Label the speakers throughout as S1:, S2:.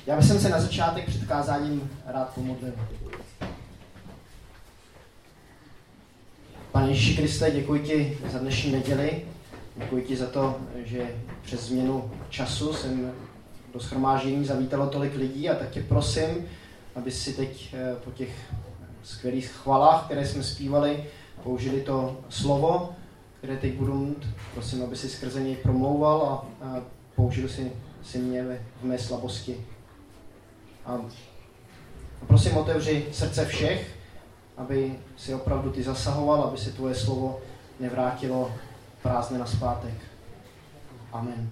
S1: Já bych se na začátek před kázáním rád pomodlil. Pane Ježíši Kriste, děkuji ti za dnešní neděli. Děkuji ti za to, že přes změnu času jsem do shromáždění zavítalo tolik lidí a tak tě prosím, aby si teď po těch skvělých chvalách, které jsme zpívali, použili to slovo, které teď budu mít. Prosím, aby si skrze něj promlouval a použil si mě v mé slabosti. A prosím, otevři srdce všech, aby si opravdu ty zasahoval, aby si tvoje slovo nevrátilo prázdné nazpátek. Amen.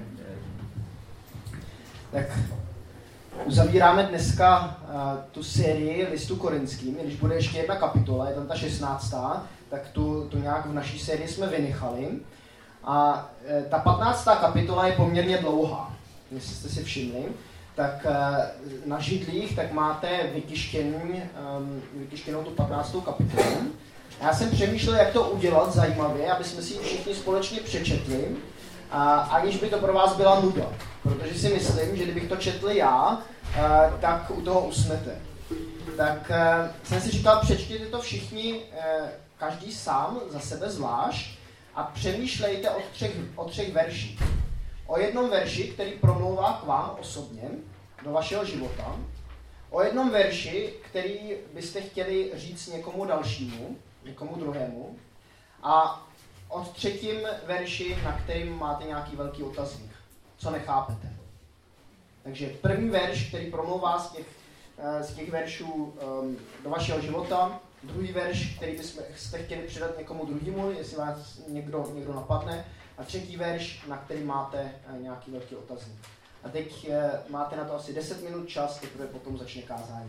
S1: Tak uzavíráme dneska tu sérii listu Korinským, když bude ještě jedna kapitola, je tam ta 16. tak tu nějak v naší sérii jsme vynechali. A ta 15. kapitola je poměrně dlouhá, jestli jste si všimli. Tak na židlích tak máte vytištěnou tu 15. kapitolu. Já jsem přemýšlel, jak to udělat zajímavě, aby jsme si ji všichni společně přečetli, aniž by to pro vás byla nuda. Protože si myslím, že kdybych to četl já, tak u toho usnete. Tak jsem si říkal, přečtěte to všichni, každý sám, za sebe zvlášť, a přemýšlejte o třech verších. O jednom verši, který promlouvá k vám osobně, do vašeho života. O jednom verši, který byste chtěli říct někomu dalšímu, někomu druhému. A o třetím verši, na kterým máte nějaký velký otazník. Co nechápete. Takže první verš, který promlouvá z těch veršů do vašeho života. Druhý verš, který byste chtěli předat někomu druhému, jestli vás někdo napadne. A třetí verš, na který máte nějaký velký otazník. A teď máte na to asi 10 minut čas, teprve potom začne kázání.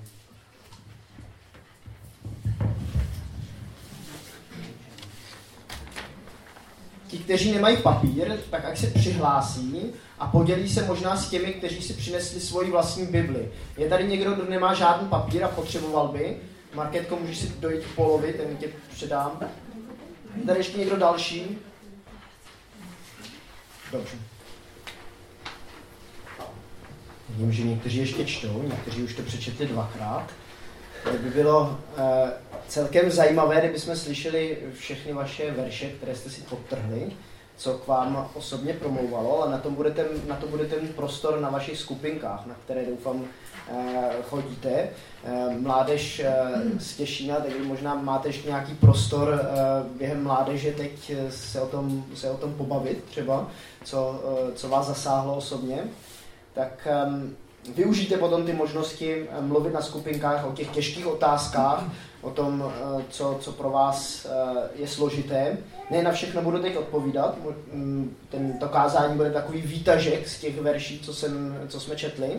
S1: Ti, kteří nemají papír, tak ať se přihlásí a podělí se možná s těmi, kteří si přinesli svoji vlastní Bibli. Je tady někdo, kdo nemá žádný papír a potřeboval by? Markétko, můžeš si dojít k Polovi, ten tě předám. Je tady ještě někdo další? Dobře. Vím, že někteří ještě čtou, někteří už to přečetli dvakrát. Tak by bylo celkem zajímavé, kdybychom slyšeli všechny vaše verše, které jste si podtrhli, co k vám osobně promlouvalo, ale na to budete mít prostor na vašich skupinkách, na které doufám chodíte. Mládež z Těšína, tak možná máte ještě nějaký prostor během mládeže teď se o tom pobavit třeba, co vás zasáhlo osobně. Tak využijte potom ty možnosti mluvit na skupinkách o těch těžkých otázkách, o tom, co pro vás je složité. Ne na všechno budu teď odpovídat, to kázání bude takový výtažek z těch verší, co jsme četli.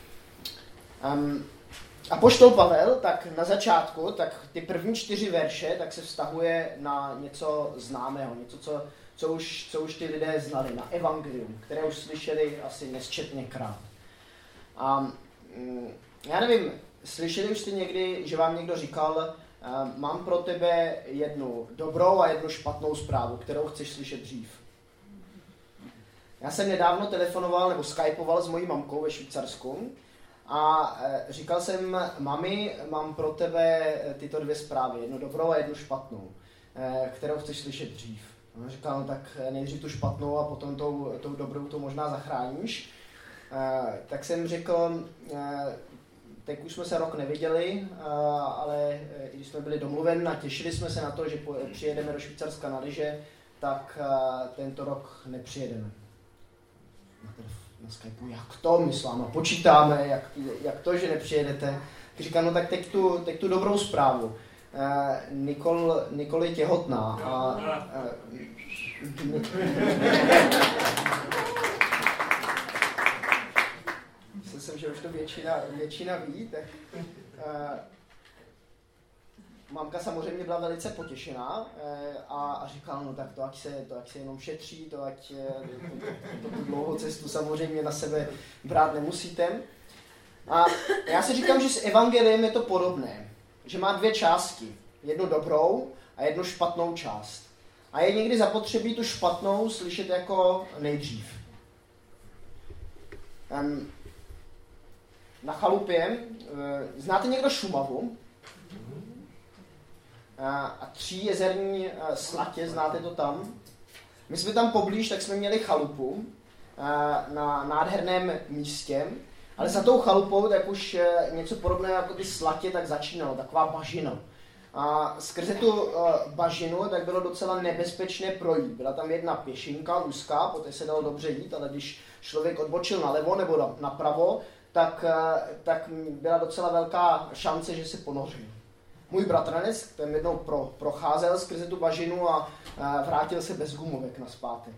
S1: Apoštol Pavel, tak na začátku, tak ty první 4 verše, tak se vztahuje na něco známého, něco, co už ty lidé znali, na evangelium, které už slyšeli asi nesčetněkrát. A já nevím, slyšeli už jste někdy, že vám někdo říkal, mám pro tebe jednu dobrou a jednu špatnou zprávu, kterou chceš slyšet dřív. Já jsem nedávno telefonoval nebo skypoval s mojí mamkou ve Švýcarsku a říkal jsem, mami, mám pro tebe tyto 2 zprávy, jednu dobrou a jednu špatnou, kterou chceš slyšet dřív. Ona říkala, no tak nejdřív tu špatnou a potom tou dobrou to možná zachráníš. Tak jsem řekl, teď už jsme se rok neviděli, ale když jsme byli domluveni a těšili jsme se na to, že přijedeme do Švýcarska na lyže, tak tento rok nepřijedeme. Na Skypeu, jak to, my s váma počítáme, jak to, že nepřijedete. Říkám, no tak teď tu dobrou zprávu. Nikol je těhotná a myslím, že už to většina ví, tak mamka samozřejmě byla velice potěšená a říkala, no tak to ať se jenom šetří, to ať tu dlouhou cestu samozřejmě na sebe brát nemusíte. A já si říkám, že s evangeliem je to podobné, že má 2 části, jednu dobrou a jednu špatnou část. A je někdy zapotřebí tu špatnou slyšet jako nejdřív. na chalupě. Znáte někdo Šumavu? A Tříjezerní Slatě, znáte to tam? My jsme tam poblíž, tak jsme měli chalupu na nádherném místě, ale za tou chalupou tak už něco podobného jako ty Slatě tak začínalo, taková bažina. A skrze tu bažinu tak bylo docela nebezpečné projít. Byla tam jedna pěšinka úzká, poté se dalo dobře jít, ale když člověk odbočil nalevo nebo napravo, tak byla docela velká šance, že se ponořil. Můj bratranec, ten jednou procházel skrze tu bažinu a vrátil se bez gumovek nazpátek.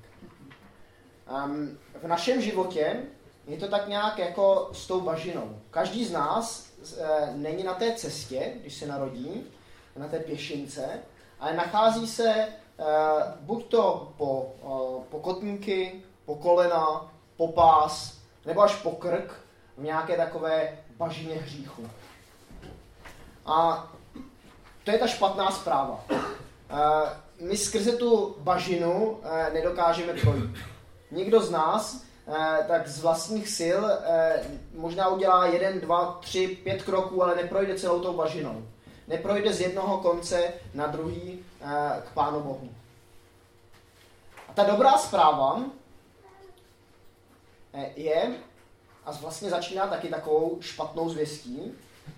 S1: V našem životě je to tak nějak jako s tou bažinou. Každý z nás není na té cestě, když se narodí, na té pěšince, ale nachází se buď to po kotníky, po kolena, po pás, nebo až po krk v nějaké takové bažině hříchu. A to je ta špatná zpráva. My skrze tu bažinu nedokážeme projít. Nikdo z nás tak z vlastních sil možná udělá 1, 2, 3, 5 kroků, ale neprojde celou tou bažinou. Neprojde z jednoho konce na druhý k Pánu Bohu. A ta dobrá zpráva je, a vlastně začíná taky takovou špatnou zvěstí,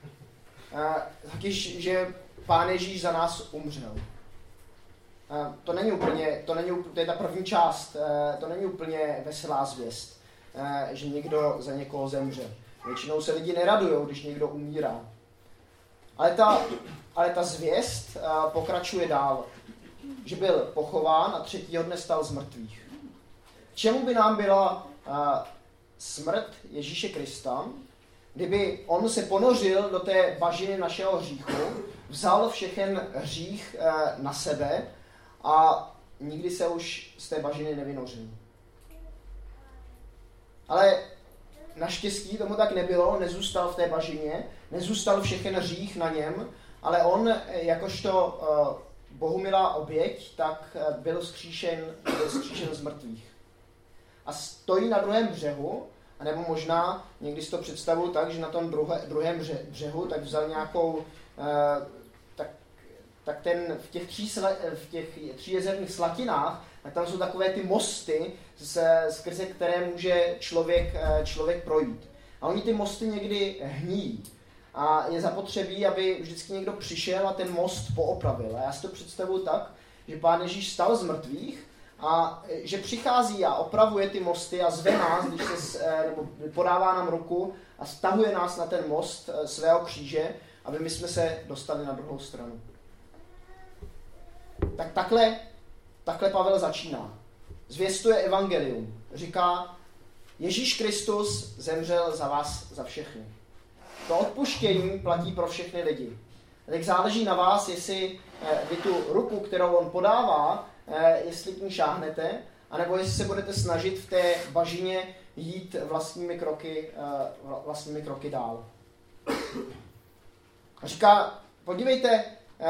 S1: že Pán Ježíš za nás umřel. To je ta první část, to není úplně veselá zvěst, že někdo za někoho zemře. Většinou se lidi neradují, když někdo umírá. Ale ta zvěst pokračuje dál, že byl pochován a 3. dne stal z mrtvých. Čemu by nám byla smrt Ježíše Krista, kdyby on se ponořil do té bažiny našeho hříchu, vzal všechen hřích na sebe a nikdy se už z té bažiny nevynořil. Ale naštěstí tomu tak nebylo, nezůstal v té bažině, nezůstal všechen hřích na něm, ale on jakožto bohumilá oběť, tak byl vzkříšen z mrtvých. A stojí na druhém břehu, anebo možná někdy si to představuji tak, že na tom druhém břehu tak vzal nějakou, v těch tříjezerních slatinách, tak tam jsou takové ty mosty, skrze které může člověk projít. A oni ty mosty někdy hníjí. A je zapotřebí, aby vždycky někdo přišel a ten most poopravil. A já si to představuji tak, že Pán Ježíš stal z mrtvých a že přichází a opravuje ty mosty a zve nás, nebo podává nám ruku a stahuje nás na ten most svého kříže, aby my jsme se dostali na druhou stranu. Tak takhle Pavel začíná. Zvěstuje evangelium. Říká, Ježíš Kristus zemřel za vás, za všechny. To odpuštění platí pro všechny lidi. Tak záleží na vás, jestli vy tu ruku, kterou on podává, jestli k ní šáhnete, anebo jestli se budete snažit v té bažině jít vlastními kroky dál. Říká, podívejte,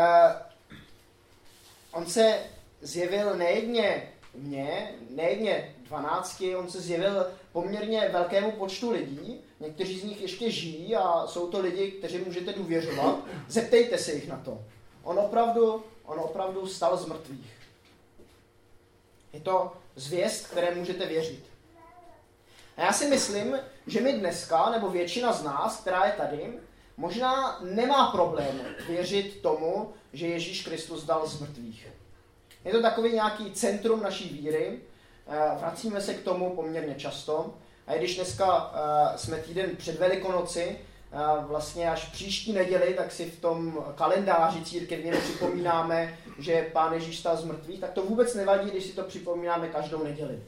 S1: on se zjevil nejedně mně, nejedně 12, on se zjevil poměrně velkému počtu lidí, někteří z nich ještě žijí a jsou to lidi, kteří můžete důvěřovat. Zeptejte se jich na to. On opravdu vstal z mrtvých. Je to zvěst, které můžete věřit. A já si myslím, že my dneska, nebo většina z nás, která je tady, možná nemá problém věřit tomu, že Ježíš Kristus dal z mrtvých. Je to takový nějaký centrum naší víry, vracíme se k tomu poměrně často. A když dneska jsme týden před Velikonoci, vlastně až příští neděli, tak si v tom kalendáři církevním připomínáme, že Pán Ježíš stal z mrtvých, tak to vůbec nevadí, když si to připomínáme každou neděli.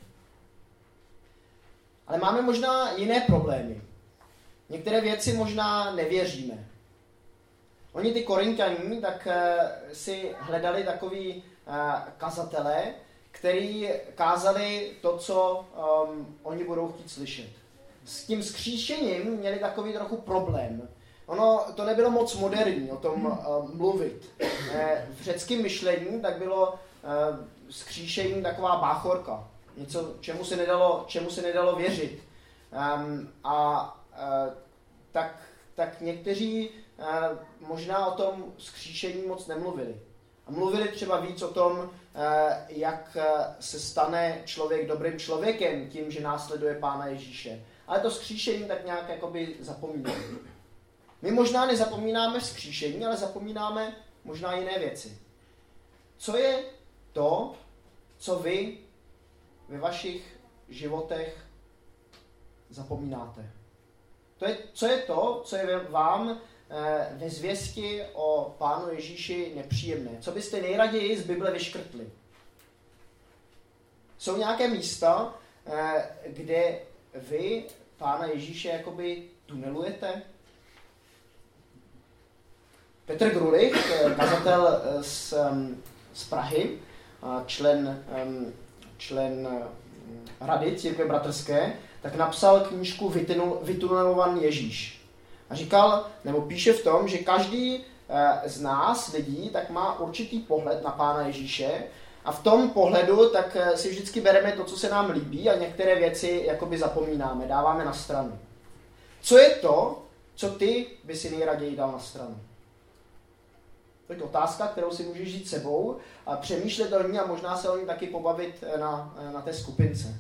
S1: Ale máme možná jiné problémy. Některé věci možná nevěříme. Oni ty Korinťaní tak si hledali takový kazatelé, který kázali to, co oni budou chtít slyšet. S tím vzkříšením měli takový trochu problém. Ono to nebylo moc moderní o tom mluvit. V řeckém myšlení tak bylo vzkříšení taková báchorka. Něco, čemu se nedalo věřit. tak někteří možná o tom vzkříšení moc nemluvili. A mluvili třeba víc o tom, jak se stane člověk dobrým člověkem tím, že následuje Pána Ježíše. Ale to vzkříšení tak nějak jakoby zapomínáme. My možná nezapomínáme vzkříšení, ale zapomínáme možná jiné věci. Co je to, co vy ve vašich životech zapomínáte? Co je to, co je vám ve zvěsti o Pánu Ježíši nepříjemné? Co byste nejraději z Bible vyškrtli? Jsou nějaké místa, kde vy Pána Ježíše jakoby tunelujete? Petr Grulich, kazatel z Prahy, člen Rady Církve bratrské, tak napsal knížku Vytunelovaný Ježíš. A říkal, nebo píše v tom, že každý z nás lidí tak má určitý pohled na Pána Ježíše a v tom pohledu tak si vždycky bereme to, co se nám líbí a některé věci jakoby zapomínáme, dáváme na stranu. Co je to, co ty by si nejraději dal na stranu? To je otázka, kterou si můžeš žít sebou a přemýšlet o ní a možná se o ní taky pobavit na té skupince.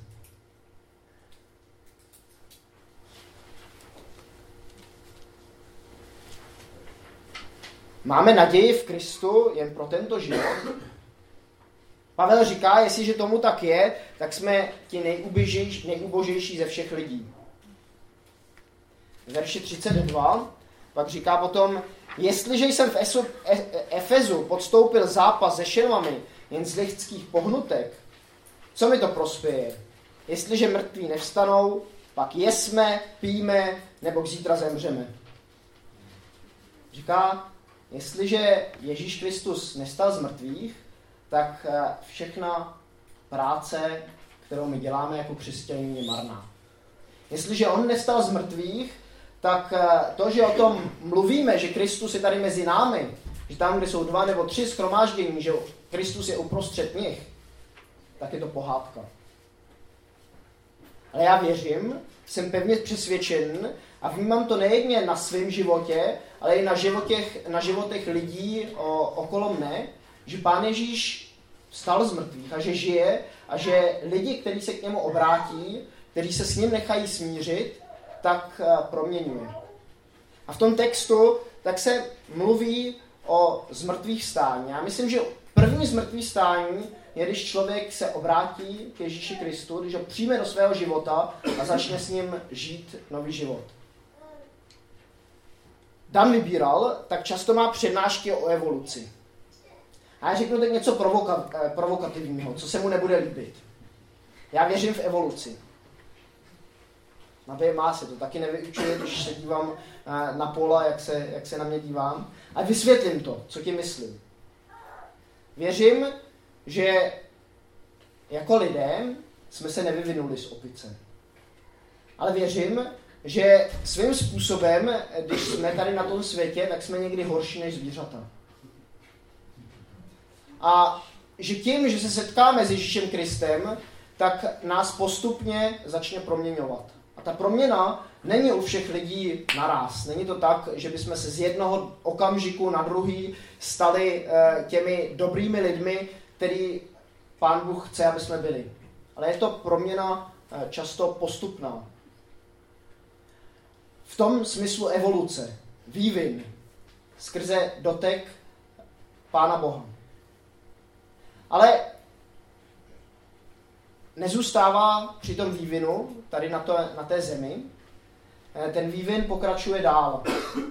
S1: Máme naději v Kristu jen pro tento život. Pavel říká, jestliže tomu tak je, tak jsme ti nejubožejší ze všech lidí. V verši 32 pak říká potom, jestliže jsem v Efezu podstoupil zápas se šelmami jen z lidských pohnutek, co mi to prospěje? Jestliže mrtví nevstanou, pak jesme, pijme, nebo zítra zemřeme. Říká, jestliže Ježíš Kristus nestal z mrtvých, tak všechna práce, kterou my děláme jako křesťané, je marná. Jestliže on nestal z mrtvých, tak to, že o tom mluvíme, že Kristus je tady mezi námi, že tam, kde jsou 2 nebo 3 shromáždění, že Kristus je uprostřed nich, tak je to pohádka. Ale já věřím, jsem pevně přesvědčen a vnímám to nejen na svém životě, ale i na životech lidí okolo mne, že Pán Ježíš vstal z mrtvých a že žije a že lidi, kteří se k němu obrátí, kteří se s ním nechají smířit, tak proměňuje. A v tom textu tak se mluví o zmrtvých stání. Já myslím, že první zmrtvých stání je, když člověk se obrátí k Ježíši Kristu, když ho přijme do svého života a začne s ním žít nový život. Dan Vybíral tak často má přednášky o evoluci. A já řeknu teď něco provokativního, co se mu nebude líbit. Já věřím v evoluci. Na BMA se to taky nevyučuje, když se dívám na Paula, jak se na mě dívám. A vysvětlím to, co tím myslím. Věřím, že jako lidé jsme se nevyvinuli z opice. Ale věřím, že svým způsobem, když jsme tady na tom světě, tak jsme někdy horší než zvířata. A že tím, že se setkáme s Ježíšem Kristem, tak nás postupně začne proměňovat. A ta proměna není u všech lidí naráz. Není to tak, že bychom se z jednoho okamžiku na druhý stali těmi dobrými lidmi, který Pán Bůh chce, aby jsme byli. Ale je to proměna často postupná. V tom smyslu evoluce, vývin, skrze dotek Pána Boha. Ale nezůstává při tom vývinu tady na té zemi. Ten vývin pokračuje dál.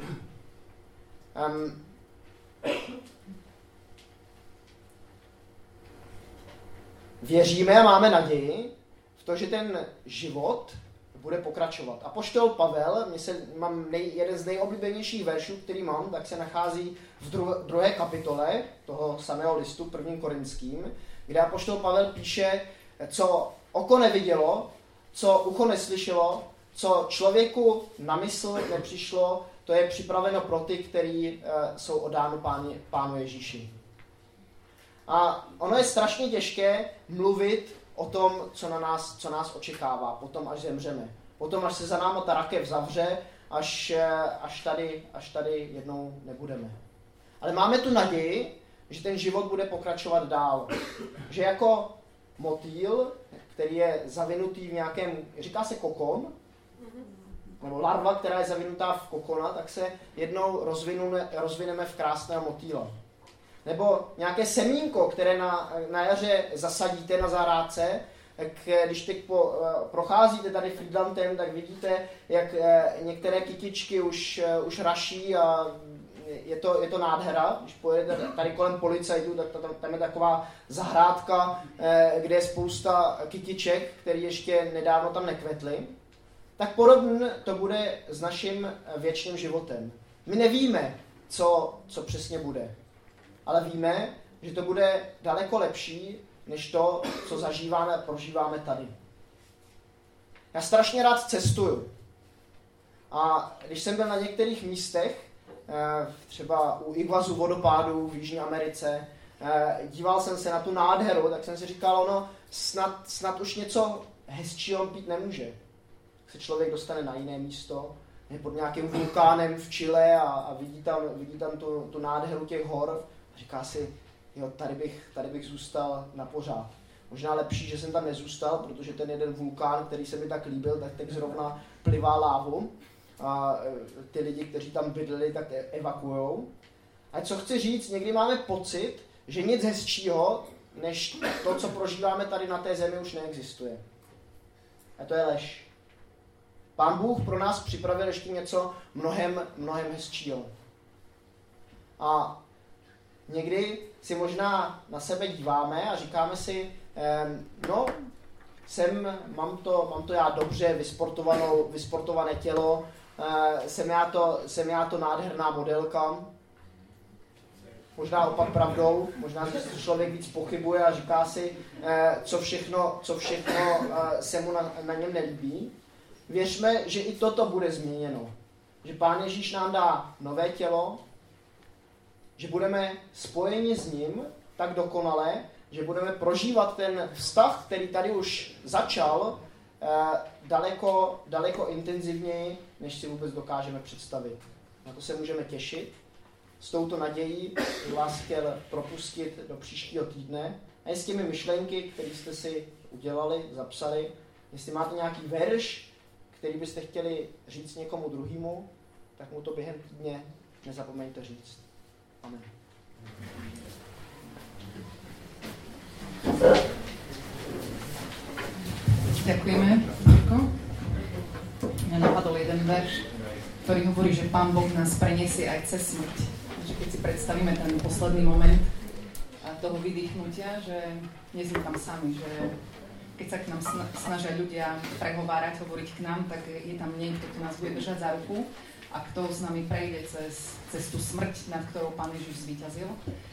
S1: Věříme a máme naději v to, že ten život bude pokračovat. Apoštol Pavel, mám jeden z nejoblíbenějších veršů, který mám, tak se nachází v 2. kapitole toho samého listu, 1. Korinským, kde apoštol Pavel píše, co oko nevidělo, co ucho neslyšelo, co člověku na mysl nepřišlo, to je připraveno pro ty, kteří jsou oddáni Pánu Ježíši. A ono je strašně těžké mluvit o tom, co nás očekává, potom až zemřeme. Potom až se za náma ta rakev zavře až tady jednou nebudeme. Ale máme tu naději, že ten život bude pokračovat dál. Že jako motýl, který je zavinutý v nějakém, říká se kokon, nebo larva, která je zavinutá v kokona, tak se jednou rozvineme v krásného motýla. Nebo nějaké semínko, které na jaře zasadíte na zahrádce, tak když teď procházíte tady Friedlandem, tak vidíte, jak některé kytičky už raší a je to nádhera. Když pojedete tady kolem policajtů, tak tam je taková zahrádka, kde je spousta kytiček, které ještě nedávno tam nekvetly. Tak podobně to bude s naším věčným životem. My nevíme, co přesně bude, ale víme, že to bude daleko lepší, než to, co zažíváme a prožíváme tady. Já strašně rád cestuju. A když jsem byl na některých místech, třeba u Iguazu vodopádu v Jižní Americe, díval jsem se na tu nádheru, tak jsem si říkal, ono snad už něco hezčího být nemůže. Se člověk dostane na jiné místo, je pod nějakým vulkánem v Chile a vidí tam tu nádheru těch hor a říká si, jo, tady bych zůstal na pořád. Možná lepší, že jsem tam nezůstal, protože ten jeden vulkán, který se mi tak líbil, tak teď zrovna plivá lávu a ty lidi, kteří tam bydleli, tak evakuujou. A co chci říct, někdy máme pocit, že nic hezčího, než to, co prožíváme tady na té zemi, už neexistuje. A to je lež. Pán Bůh pro nás připravil ještě něco mnohem hezčího. A někdy si možná na sebe díváme a říkáme si, mám to já dobře, vysportované tělo, jsem já to nádherná modelka. Možná opak pravdou, možná si člověk víc pochybuje a říká si, co všechno se mu na něm nelíbí. Věřme, že i toto bude změněno. Že Pán Ježíš nám dá nové tělo, že budeme spojeni s ním tak dokonale, že budeme prožívat ten vztah, který tady už začal, daleko intenzivněji, než si vůbec dokážeme představit. Na to se můžeme těšit. S touto nadějí bych vás chtěl propustit do příštího týdne. A s těmi myšlenky, které jste si udělali, zapsali, jestli máte nějaký verš, který byste chtěli říct někomu druhému, tak mu to během týdne nezapomeňte říct. Amen.
S2: Ďakujeme, Jirko. Mňa napadol jeden verš, ktorý hovorí, že Pán Boh nás preniesie aj cez smrť. Že keď si predstavíme ten posledný moment toho vydýchnutia, že nie sme tam sami, že keď sa k nám snažia ľudia prehovárať, hovoriť k nám, tak je tam niekto, kto nás bude držať za ruku a kto s nami prejde cez tú smrť, nad ktorou Pán Ježiš zvíťazil.